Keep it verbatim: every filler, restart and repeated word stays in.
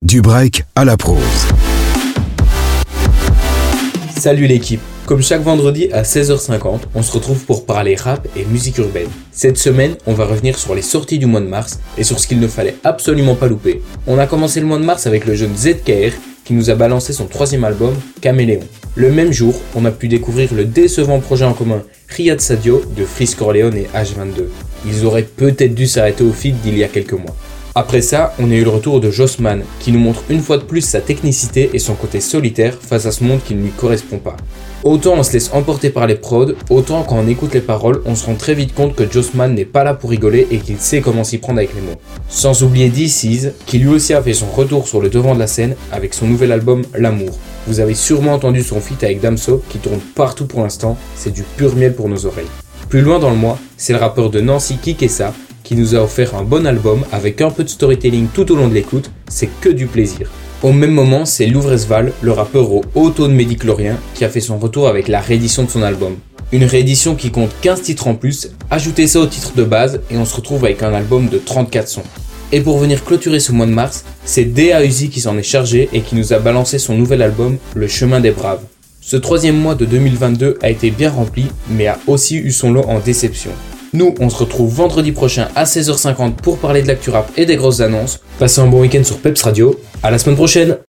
Du break à la prose. Salut l'équipe. Comme chaque vendredi à seize heures cinquante, on se retrouve pour parler rap et musique urbaine. Cette semaine, on va revenir sur les sorties du mois de mars et sur ce qu'il ne fallait absolument pas louper. On a commencé le mois de mars avec le jeune Z K R qui nous a balancé son troisième album, Caméléon. Le même jour, on a pu découvrir le décevant projet en commun Riyad Sadio de Freeze Corleone et H vingt-deux. Ils auraient peut-être dû s'arrêter au feat d'il y a quelques mois. Après ça, on a eu le retour de Jossman, qui nous montre une fois de plus sa technicité et son côté solitaire face à ce monde qui ne lui correspond pas. Autant on se laisse emporter par les prods, autant quand on écoute les paroles, on se rend très vite compte que Jossman n'est pas là pour rigoler et qu'il sait comment s'y prendre avec les mots. Sans oublier D C's, qui lui aussi a fait son retour sur le devant de la scène avec son nouvel album L'amour. Vous avez sûrement entendu son feat avec Damso, qui tourne partout pour l'instant, c'est du pur miel pour nos oreilles. Plus loin dans le mois, c'est le rappeur de Nancy Kikessa, qui nous a offert un bon album avec un peu de storytelling tout au long de l'écoute, c'est que du plaisir. Au même moment, c'est Louvresval, le rappeur au haut taux de médiclorien, qui a fait son retour avec la réédition de son album. Une réédition qui compte quinze titres en plus, ajoutez ça au titre de base et on se retrouve avec un album de trente-quatre sons. Et pour venir clôturer ce mois de mars, c'est D A Uzi qui s'en est chargé et qui nous a balancé son nouvel album, Le Chemin des Braves. Ce troisième mois de deux mille vingt-deux a été bien rempli, mais a aussi eu son lot en déception. Nous, on se retrouve vendredi prochain à seize heures cinquante pour parler de l'actu rap et des grosses annonces. Passez un bon week-end sur Peps Radio. À la semaine prochaine!